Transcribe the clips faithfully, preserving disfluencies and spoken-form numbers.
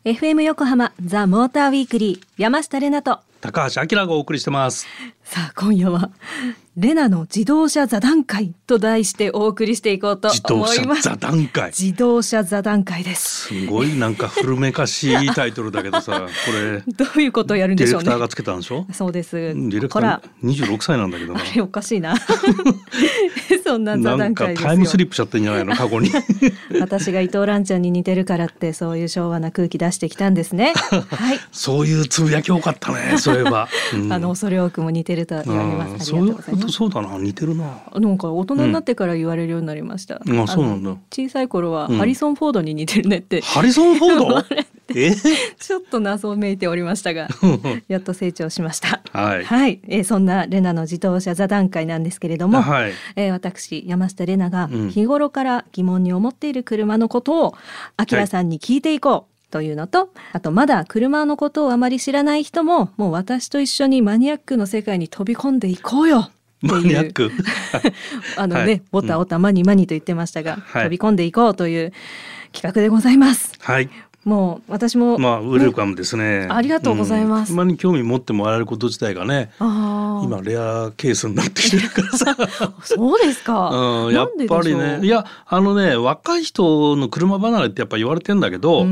エフエム 横浜ザ・モーターウィークリー、山下れなと高橋明がお送りしてます。 さあ今夜はレナの自動車座談会と題してお送りしていこうと思います。 自動車座談会、 自動車座談会です。 すごいなんか古めかしいタイトルだけどさこれどういうことをやるんでしょうね。 ディレクターがつけたんでしょ。 そうです。ディレクターにじゅうろくさいなんだけどな。 あれおかしいなそんな座談会ですよ。 なんかタイムスリップしちゃってんじゃないの過去に私が伊藤蘭ちゃんに似てるからってそういう昭和な空気出してきたんですねはい、 そういうつぶやき多かったねそういえば、うん、 あの恐れ多くも似てると言われます。ありがとうございます。 そうだな、似てるな。 なんか大人になってから言われるようになりました、 うん、あ、そうなんだ。 小さい頃はハリソン・フォードに似てるねって、 うん、ハリソン・フォードえちょっと謎めいておりましたがやっと成長しましたはい、 はい。えー、そんなレナの自動車座談会なんですけれども、 はい、 えー、私山下レナが日頃から疑問に思っている車のことをあきらさんに聞いていこう、はいというのと、あとまだ車のことをあまり知らない人ももう私と一緒にマニアックの世界に飛び込んでいこうよっていうマニアックあのね、はい、ボタオタマニマニと言ってましたが、はい、飛び込んでいこうという企画でございます。 はい、 もう私も、 まあ、ウェルカムですね。 ありがとうございます。 うん、車に興味持ってもらえること自体がね、 あ今レアケースになってきてるからさそうですか、 うん、やっぱりね、いやあのね若い人の車離れってやっぱ言われてんだけど、うん、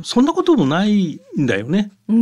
そんなこともないんだよね、うん、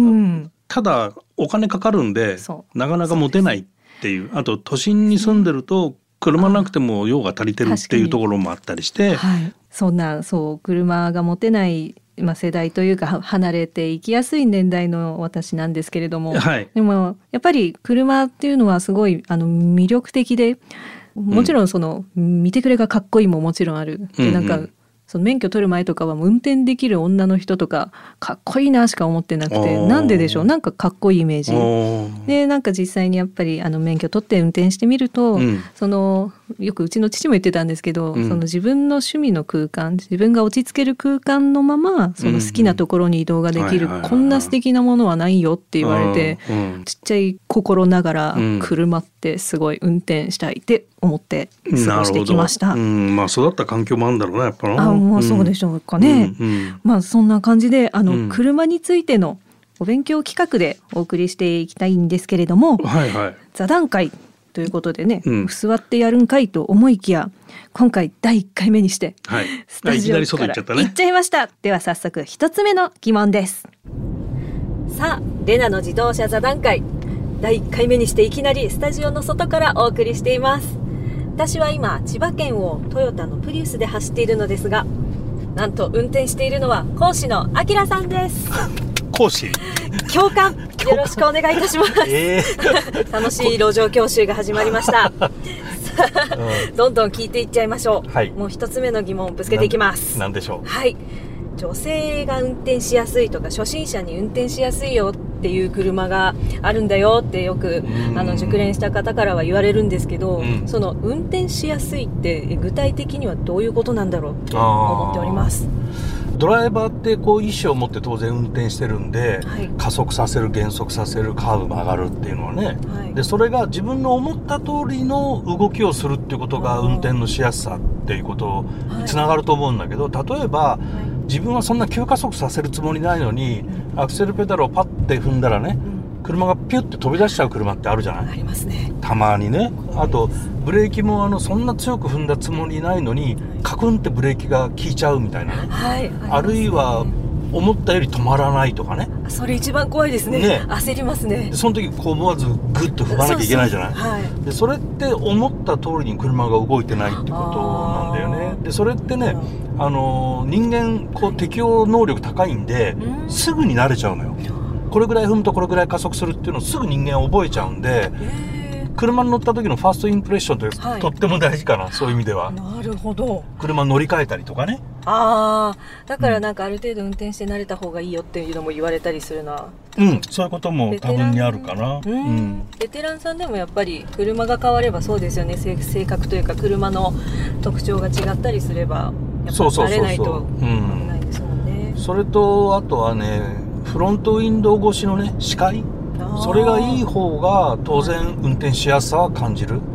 ただお金かかるんでなかなか持てないっていう、あと都心に住んでると車なくても用が足りてるっていうところもあったりして、 はい、そんなそう車が持てないまあ、世代というか離れていきやすい年代の私なんですけれども、はい、でもやっぱり車っていうのはすごいあの魅力的で、もちろんその、うん、見てくれがかっこいいももちろんある、でなんか、うんうん、その免許取る前とかはもう運転できる女の人とかかっこいいなしか思ってなくて、なんででしょう、なんかかっこいいイメージで、なんか実際にやっぱりあの免許取って運転してみると、うん、そのよくうちの父も言ってたんですけど、うん、その自分の趣味の空間、自分が落ち着ける空間のままその好きなところに移動ができる、こんな素敵なものはないよって言われて、うん、ちっちゃい心ながら車ってすごい運転したいって思って過ごしてきました。 うん、まあ育った環境もあるんだろうねやっぱな。 あ、まあ、そうでしょうかね、うんうん、まあそんな感じであの、うん、車についてのお勉強企画でお送りしていきたいんですけれども、 はいはい、 座談会ということでね、うん、座ってやるんかいと思いきや今回だいいっかいめにして、はい、スタジオから行っちゃいました。では早速一つ目の疑問です。さあレナの自動車座談会だいいっかいめにしていきなりスタジオの外からお送りしています。私は今千葉県をトヨタのプリウスで走っているのですが、なんと運転しているのは講師のあきらさんです講師教官よろしくお願いいたします、えー、楽しい路上教習が始まりましたうん、どんどん聞いていっちゃいましょう、はい、もう一つ目の疑問をぶつけていきます。 なんでしょう。 はい、女性が運転しやすいとか初心者に運転しやすいよっていう車があるんだよってよくあの熟練した方からは言われるんですけど、うん、その運転しやすいって具体的にはどういうことなんだろうって思っております。 ドライバーってこう意思を持って当然運転してるんで、はい、加速させる減速させるカーブ曲がるっていうのはね、はい、でそれが自分の思った通りの動きをするっていうことが運転のしやすさっていうことにつながると思うんだけど、例えば、はい、自分はそんな急加速させるつもりないのに、うん、アクセルペダルをパッて踏んだらね、うん、車がピュッて飛び出しちゃう車ってあるじゃない。 ありますね、 たまにね。あとブレーキもあのそんな強く踏んだつもりないのにカクンってブレーキが効いちゃうみたいなね、はい、あ, あるいは思ったより止まらないとかね。 それ一番怖いですね。ね、焦りますね。 でその時こう思わずグッと踏まなきゃいけないじゃない。 そうそう、はい、 でそれって思った通りに車が動いてないってことなんだよね。でそれってね、あの人間こう適応能力高いんで、うん、すぐに慣れちゃうのよ。これぐらい踏むとこれぐらい加速するっていうのをすぐ人間は覚えちゃうんで、車に乗った時のファーストインプレッションって、はい、とっても大事かな、そういう意味では。 なるほど。 車乗り換えたりとかね。 ああ、だからなんかある程度運転して慣れた方がいいよっていうのも言われたりするな。 うん、そういうことも多分にあるかな。 うん、うん、ベテランさんでもやっぱり車が変わればそうですよね。性格というか車の特徴が違ったりすればやっぱり慣れないと危ないですもんね。 それとあとはね、フロントウィンドウ越しのね視界、それがいい方が当然運転しやすさは感じる。うん、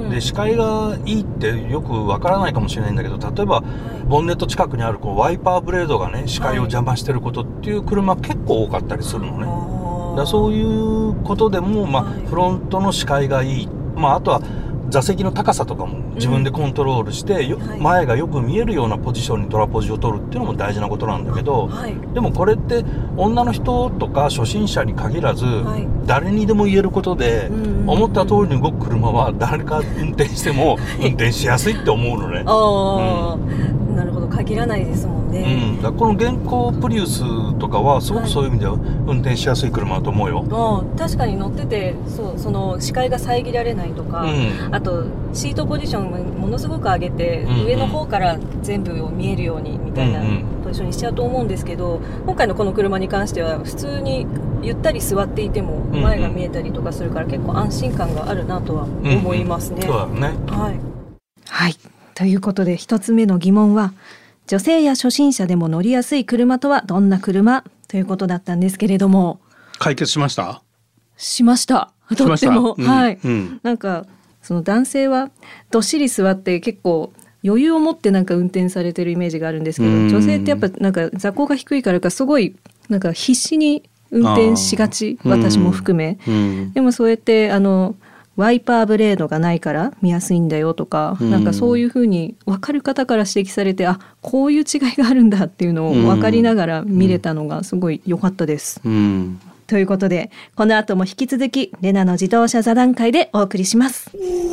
ん、で視界がいいってよくわからないかもしれないんだけど、例えば、はい、ボンネット近くにあるこうワイパーブレードがね視界を邪魔してることっていう車結構多かったりするのね、はい、だそういうことでも、まあはい、フロントの視界がいい、まあ、あとは座席の高さとかも自分でコントロールして、うんはい、前がよく見えるようなポジションにトラポジを取るっていうのも大事なことなんだけど、はい、でもこれって女の人とか初心者に限らず、はい、誰にでも言えることで、うん、思った通りに動く車は誰か運転しても運転しやすいって思うのね。 あ、うん、なるほど、限らないですもんね、 うん、だこの現行プリウスとかはすごくそういう意味では運転しやすい車だと思うよ、 はい、確かに乗っててそう、その視界が遮られないとか、うん、あとシートポジションものすごく上げて、うんうん、上の方から全部を見えるようにみたいなポジションにしちゃうと思うんですけど、今回のこの車に関しては普通にゆったり座っていても前が見えたりとかするから、結構安心感があるなとは思いますね、 うんうん、そうだね、 はい、はい、ということで一つ目の疑問は、女性や初心者でも乗りやすい車とはどんな車ということだったんですけれども、 解決しました？ しました。とっても、うん、はい、うん、なんかその男性はどっしり座って結構余裕を持ってなんか運転されてるイメージがあるんですけど、女性ってやっぱなんか座高が低いからかすごいなんか必死に運転しがち、私も含め、うん、でもそうやってあのワイパーブレードがないから見やすいんだよとか、うん、なんかそういうふうに分かる方から指摘されて、あ、こういう違いがあるんだっていうのを分かりながら見れたのがすごい良かったです、うんうん、ということでこの後も引き続きレナの自動車座談会でお送りします。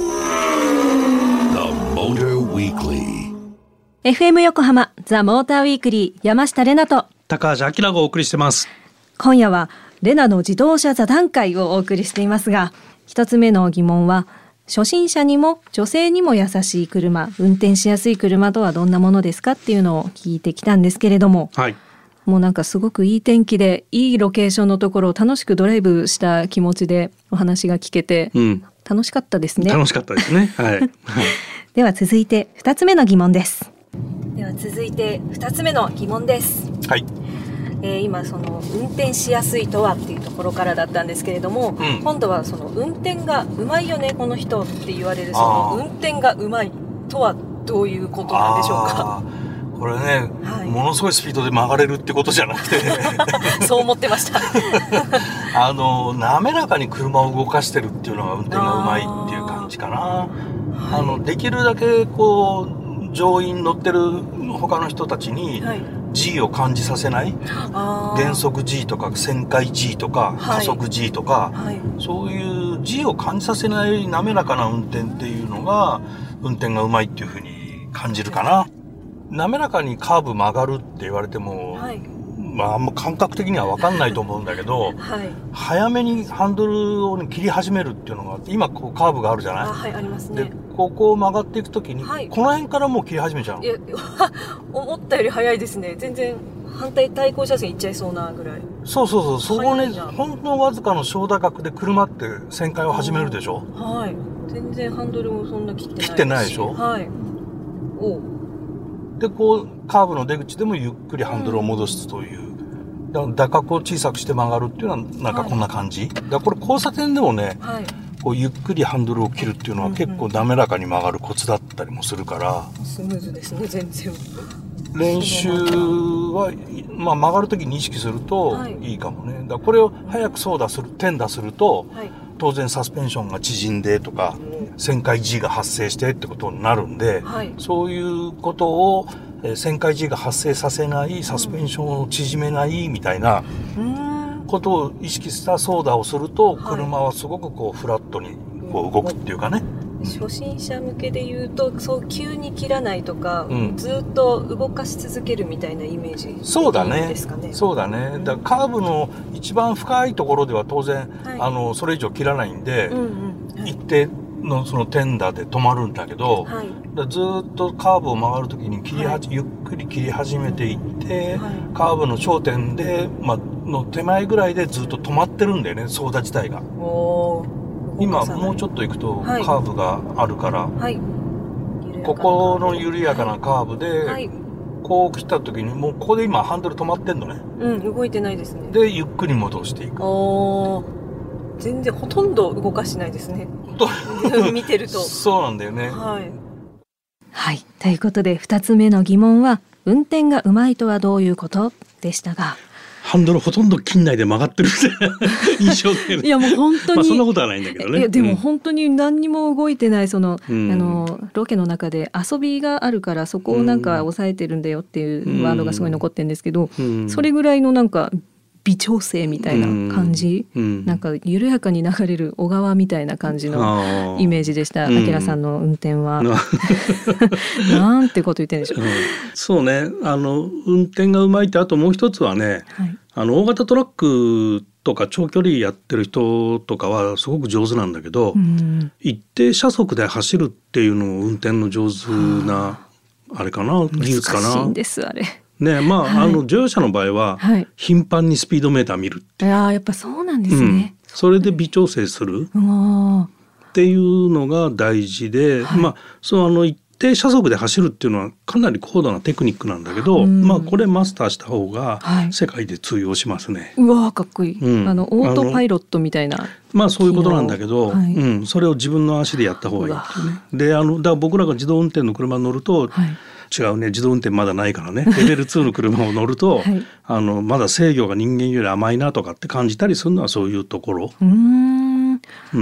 エフエム 横浜ザ・モーターウィークリー、山下レナと高橋明がお送りしてます。 今夜はレナの自動車座談会をお送りしていますが、一つ目の疑問は、初心者にも女性にも優しい車、運転しやすい車とはどんなものですかっていうのを聞いてきたんですけれども、はい、もうなんかすごくいい天気でいいロケーションのところを楽しくドライブした気持ちでお話が聞けて、うん、楽しかったですね。 楽しかったですね、はい、 では続いて二つ目の疑問です。では続いて二つ目の疑問です。 はい、 えー、今その運転しやすいとはっていうところからだったんですけれども、うん、今度はその運転がうまいよねこの人って言われるその運転がうまいとはどういうことなんでしょうか。 これね、はい、ものすごいスピードで曲がれるってことじゃなくてそう思ってましたあの滑らかに車を動かしてるっていうのが運転がうまいっていう感じかな。あ、あのできるだけこう乗員乗ってる他の人たちに、はい、G を感じさせない、減速 G とか旋回 G とか加速 G とか、はいはい、そういう G を感じさせない滑らかな運転っていうのが運転がうまいっていう風に感じるかな。滑らかにカーブ曲がるって言われても、はい、まああんま感覚的には分かんないと思うんだけど、はい、早めにハンドルを、ね、切り始めるっていうのが今こうカーブがあるじゃない。あ、 はい、ありますね。 でここを曲がっていくときに、はい、この辺からもう切り始めちゃうの。いや思ったより早いですね。全然反対対向車線行っちゃいそうなぐらい。 そうそうそう、そこね、ほんのわずかの小打角で車って旋回を始めるでしょ。 はい、全然ハンドルもそんな切ってないし。 切ってないでしょ。 はい。おでこうカーブの出口でもゆっくりハンドルを戻すという、うん、だから打角を小さくして曲がるっていうのはなんかこんな感じ、はい、だからこれ交差点でもね、はい、こうゆっくりハンドルを切るっていうのは結構滑らかに曲がるコツだったりもするから、 うんうん、スムーズですね。全然練習は、まあ、曲がるときに意識するといいかもね。だからこれを早く操舵する転打すると、はい、当然サスペンションが縮んでとか、旋回 G が発生してってことになるんで、はい、そういうことを、えー、旋回 G が発生させない、サスペンションを縮めないみたいなことを意識した操舵をすると、車はすごくこうフラットにこう動くっていうかね。 初心者向けで言うと、そう急に切らないとか、うん、ずっと動かし続けるみたいなイメージですかね。 そうだね。そうだね。だからカーブの一番深いところでは当然、はい、あのそれ以上切らないんで、うんうんはい、一定のその点打で止まるんだけど、はい、だずっとカーブを曲がるときに切りはじ、はい、ゆっくり切り始めていって、はい、カーブの頂点で、ま、の手前ぐらいでずっと止まってるんだよね、操舵自体が。お今もうちょっと行くとカーブがあるから、はい、ここの緩やかなカーブで、はい、こう来た時にもうここで今ハンドル止まってんのね。 うん、動いてないですね。 でゆっくり戻していく。 お全然ほとんど動かしないですね見てるとそうなんだよね。 はい、はい、ということでふたつめの疑問は運転がうまいとはどういうことでしたが、 ハンドルほとんど近内で曲がってる印象で、ね、 いやもう本当に、まあ、 そんなことはないんだけどね。 いやでも本当に何にも動いてないその、うん、あのロケの中で遊びがあるからそこをなんか抑えてるんだよっていうワードがすごい残ってるんですけど、うん、それぐらいのなんか微調整みたいな感じ、うん、なんか緩やかに流れる小川みたいな感じのイメージでした。あきらさんの運転は、うん、なんてこと言ってるんでしょう、うん、 そうね、あの運転がうまいって、あともう一つはね、はい、あの大型トラックとか長距離やってる人とかはすごく上手なんだけど、うん、一定車速で走るっていうのを運転の上手なあれかな、技術かな。 難しいんですあれね、まあ、はい、あの乗用車の場合は頻繁にスピードメーター見るって、 いややっぱそうなんですね、うん、 それで微調整するっていうのが大事で、はい、まあそのあの一定車速で走るっていうのはかなり高度なテクニックなんだけど、うん、まあこれマスターした方が世界で通用しますね、 はい、うわかっこいい、うん、あのオートパイロットみたいな、 まあそういうことなんだけど、はい、うん、それを自分の足でやった方がいいっていうね。で、あのだから僕らが自動運転の車に乗ると、はい、違うね、自動運転まだないからね、レベルツーの車を乗ると、はい、あのまだ制御が人間より甘いなとかって感じたりするのはそういうところ。うーん、うん、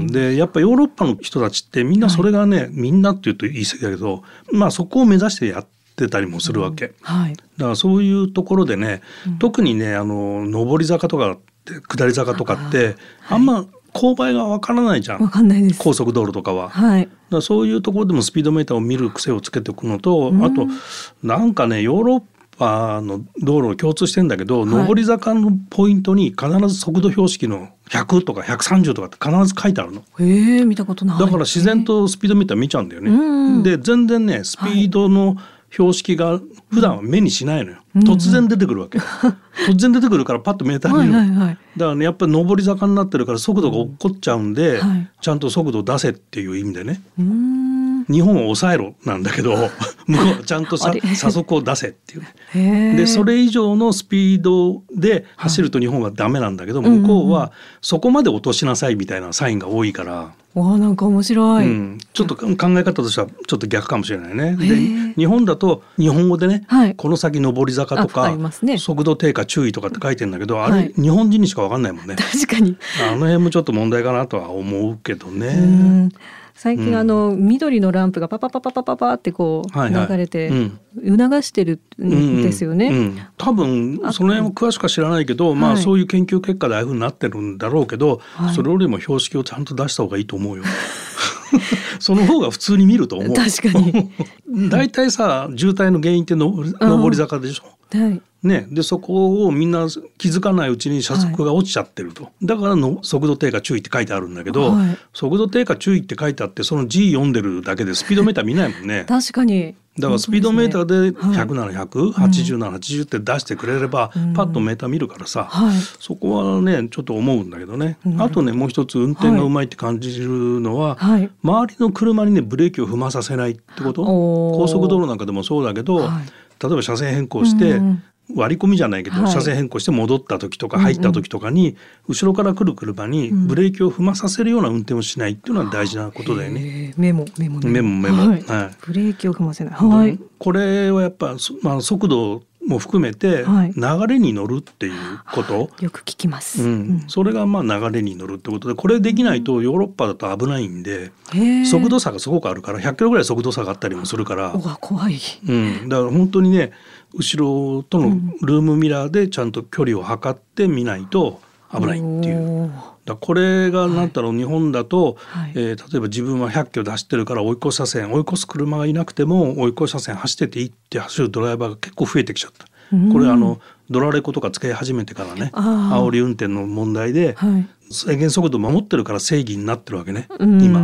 でやっぱヨーロッパの人たちってみんなそれがね、はい、みんなって言うと言い過ぎだけど、まあそこを目指してやってたりもするわけ、うん、はい、だからそういうところでね、うん、特にね、あの上り坂とか下り坂とかってあんま勾配がわからないじゃん。 わかんないです。 高速道路とかは、はい、だからそういうところでもスピードメーターを見る癖をつけておくのと、あとなんかね、ヨーロッパの道路共通してんだけど、はい、上り坂のポイントに必ず速度標識のひゃくとかひゃくさんじゅうとかって必ず書いてあるの。 へえ、見たことない。 だから自然とスピードメーター見ちゃうんだよね。で全然ね、スピードの標識が普段は目にしないのよ、うん、突然出てくるわけ、うん、突然出てくるからパッとメーター見る、はいはいはい、だからね、やっぱり上り坂になってるから速度が落っこっちゃうんで、うん、はい、ちゃんと速度を出せっていう意味でね、うーん、日本を抑えろなんだけど向こうはちゃんとさ差速を出せっていう、ね、でそれ以上のスピードで走ると日本はダメなんだけど、はい、向こうはそこまで落としなさいみたいなサインが多いから、 わ、なんか面白い、うん、 ちょっと考え方としてはちょっと逆かもしれないね。で日本だと日本語でね、はい、この先上り坂とか、ね、速度低下注意とかって書いてるんだけど、あれ、はい、日本人にしか分かんないもんね。 確かにあの辺もちょっと問題かなとは思うけどね。うん、最近、うん、あの緑のランプがパパパパパパパってこう流れて、はいはい、うん、促してるんですよね、うんうんうん、 多分その辺も詳しくは知らないけど、まあ、そういう研究結果でああいうふうになってるんだろうけど、はい、それよりも標識をちゃんと出した方がいいと思うよその方が普通に見ると思う。 確かにだいたいさ、渋滞の原因っての上り坂でしょ、はい、ね、でそこをみんな気づかないうちに車速が落ちちゃってると、はい、だからの速度低下注意って書いてあるんだけど、はい、速度低下注意って書いてあってその G 読んでるだけでスピードメーター見ないもんね確かに。 だからスピードメーターでひゃくならひゃく、はちじゅうならはちじゅうって出してくれれば、うん、パッとメーター見るからさ、はい、そこはねちょっと思うんだけどね、うん、あとねもう一つ運転がうまいって感じるのは、はい、周りの車にねブレーキを踏まさせないってこと。高速道路なんかでもそうだけど、はい、例えば車線変更して、うん、割り込みじゃないけど、はい、車線変更して戻った時とか入った時とかに、うんうん、後ろから来る車にブレーキを踏まさせるような運転をしないっていうのは大事なことだよね。 メモメモメモメモ、はいはい、ブレーキを踏ませない、はい、 これはやっぱ、まあ、速度も含めて流れに乗るっていうこと、はい、 よく聞きます、 うんうん、それがまあ流れに乗るってことで、これできないとヨーロッパだと危ないんで、速度差がすごくあるからひゃっキロぐらい速度差があったりもするから、 うわ怖い、 うん、だから本当にね後ろとのルームミラーでちゃんと距離を測って見ないと危ないっていう。だこれがなんだろう、はい、日本だと、はい、えー、例えば自分はひゃっキロで走ってるから追い越し車線追い越す車がいなくても追い越し車線走ってていいって走るドライバーが結構増えてきちゃった。これあのドラレコとか使い始めてからね、煽り運転の問題で、はい、制限速度を守ってるから正義になってるわけね、うん、今、うん、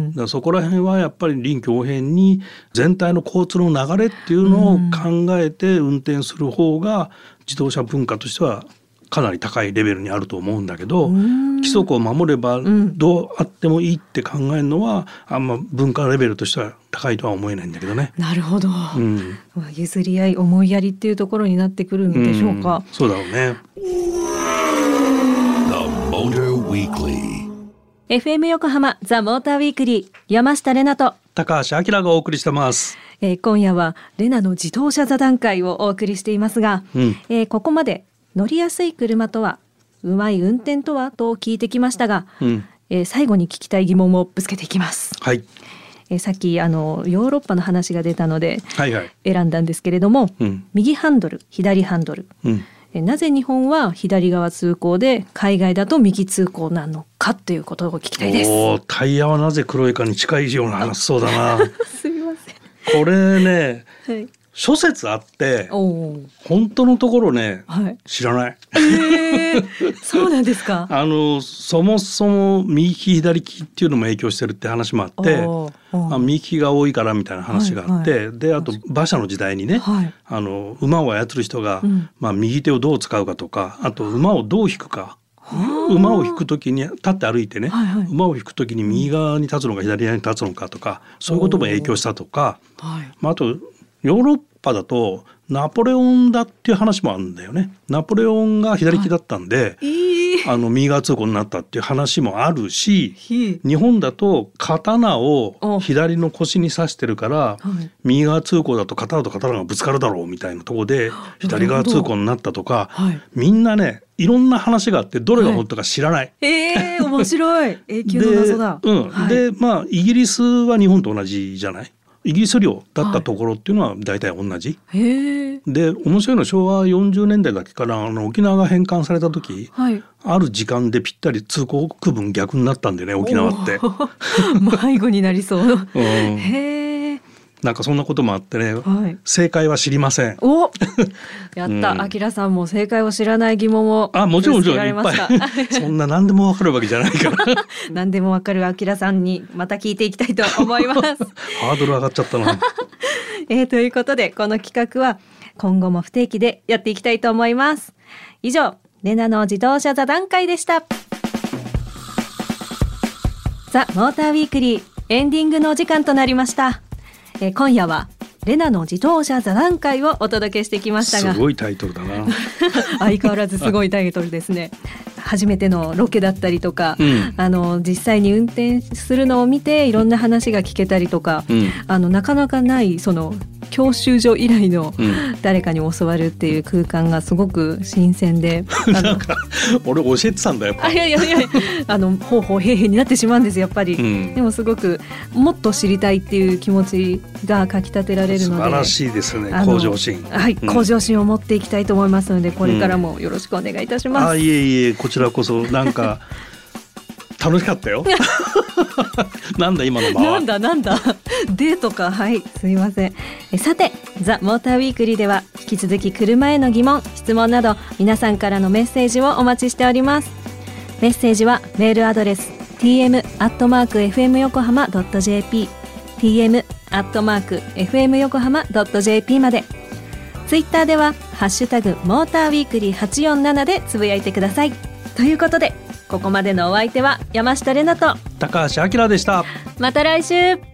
だからそこら辺はやっぱり臨機応変に全体の交通の流れっていうのを考えて運転する方が自動車文化としてはかなり高いレベルにあると思うんだけど、規則を守ればどうあってもいいって考えるのはあんま文化レベルとしては高いとは思えないんだけどね。 なるほど、うん、譲り合い思いやりっていうところになってくるんでしょうか、 うん、そうだろうね。 Weekly エフエム 横浜ザ・モーターウィークリー、山下れなと高橋明がお送りしてます。 えー、今夜はレナの自動車座談会をお送りしていますが、うん、えー、ここまで乗りやすい車とは、うまい運転とはと聞いてきましたが、うん、えー、最後に聞きたい疑問をぶつけていきます。 はい。 えー、さっきあのヨーロッパの話が出たので、 はいはい、 選んだんですけれども、うん、右ハンドル左ハンドル、うん、えー、なぜ日本は左側通行で海外だと右通行なのかということを聞きたいです。 お、タイヤはなぜ黒いかに近いような話そうだなすみません。これね、はい、諸説あって本当のところね、はい、知らない、 えー、そうなんですか。 あのそもそも右利き左利きっていうのも影響してるって話もあって、あ、右利きが多いからみたいな話があって、はいはい、であと馬車の時代にね、はい、あの馬を操る人が、うん、まあ、右手をどう使うかとか、あと馬をどう引くか、馬を引くときに立って歩いてね、はいはい、馬を引くときに右側に立つのか左側に立つのかとか、そういうことも影響したとか、はい、まあ、あとヨーロッパだとナポレオンだっていう話もあるんだよね。ナポレオンが左利きだったんで、はい、あの右側通行になったっていう話もあるし、日本だと刀を左の腰に刺してるから、はい、右側通行だと刀と刀がぶつかるだろうみたいなところで左側通行になったとか、はい、みんなね、いろんな話があってどれが本当か知らない、はい、 えー、面白い永久の謎だ。 で、うん、はい、でまあイギリスは日本と同じじゃない。イギリス領だったところっていうのは大体同じ、はい、へで面白いのは昭和よんじゅうねんだいだけからあの沖縄が返還された時、はい、ある時間でぴったり通行区分逆になったんでね、沖縄って迷子になりそう、うん、へえ、 なんかそんなこともあってね、はい、正解は知りません。 おやった、あきらさんも正解を知らない疑問をあ、もちろんもちろんいっぱいそんな何でもわかるわけじゃないから何でもわかるあきらさんにまた聞いていきたいと思いますハードル上がっちゃったな、 えー、ということでこの企画は今後も不定期でやっていきたいと思います。以上、レナの自動車座談会でした。ザ・モーターウィークリーエンディングのお時間となりました。えー、今夜はレナの自動車座談会をお届けしてきましたが、 すごいタイトルだな相変わらずすごいタイトルですね初めてのロケだったりとか、うん、あの実際に運転するのを見ていろんな話が聞けたりとか、うん、あのなかなかないその教習所以来の誰かに教わるっていう空間がすごく新鮮で、 うん、なんか俺教えてたんだよ。 あ、いやいやいやあのほうほうへいへいになってしまうんですやっぱり、うん、でもすごくもっと知りたいっていう気持ちがかきたてられるので、 素晴らしいですね、向上心。 はい、うん、向上心を持っていきたいと思いますので、これからもよろしくお願いいたします。うん、 あ、いえいえ、こちらこそなんか楽しかったよなんだ今の間は。 なんだなんだデートか。はい、すいません。えさて、ザ・モーターウィークリーでは引き続き車への疑問、質問など皆さんからのメッセージをお待ちしております。メッセージはメールアドレス ティーエム アットマーク エフエム 横浜 ドット ジェーピー ティーエム アットマーク エフエム 横浜 ドット ジェーピー まで。ツイッターではハッシュタグモーターウィークリーはちよんななでつぶやいてください。ということでここまでのお相手は山下れなと高橋明でした。 また来週。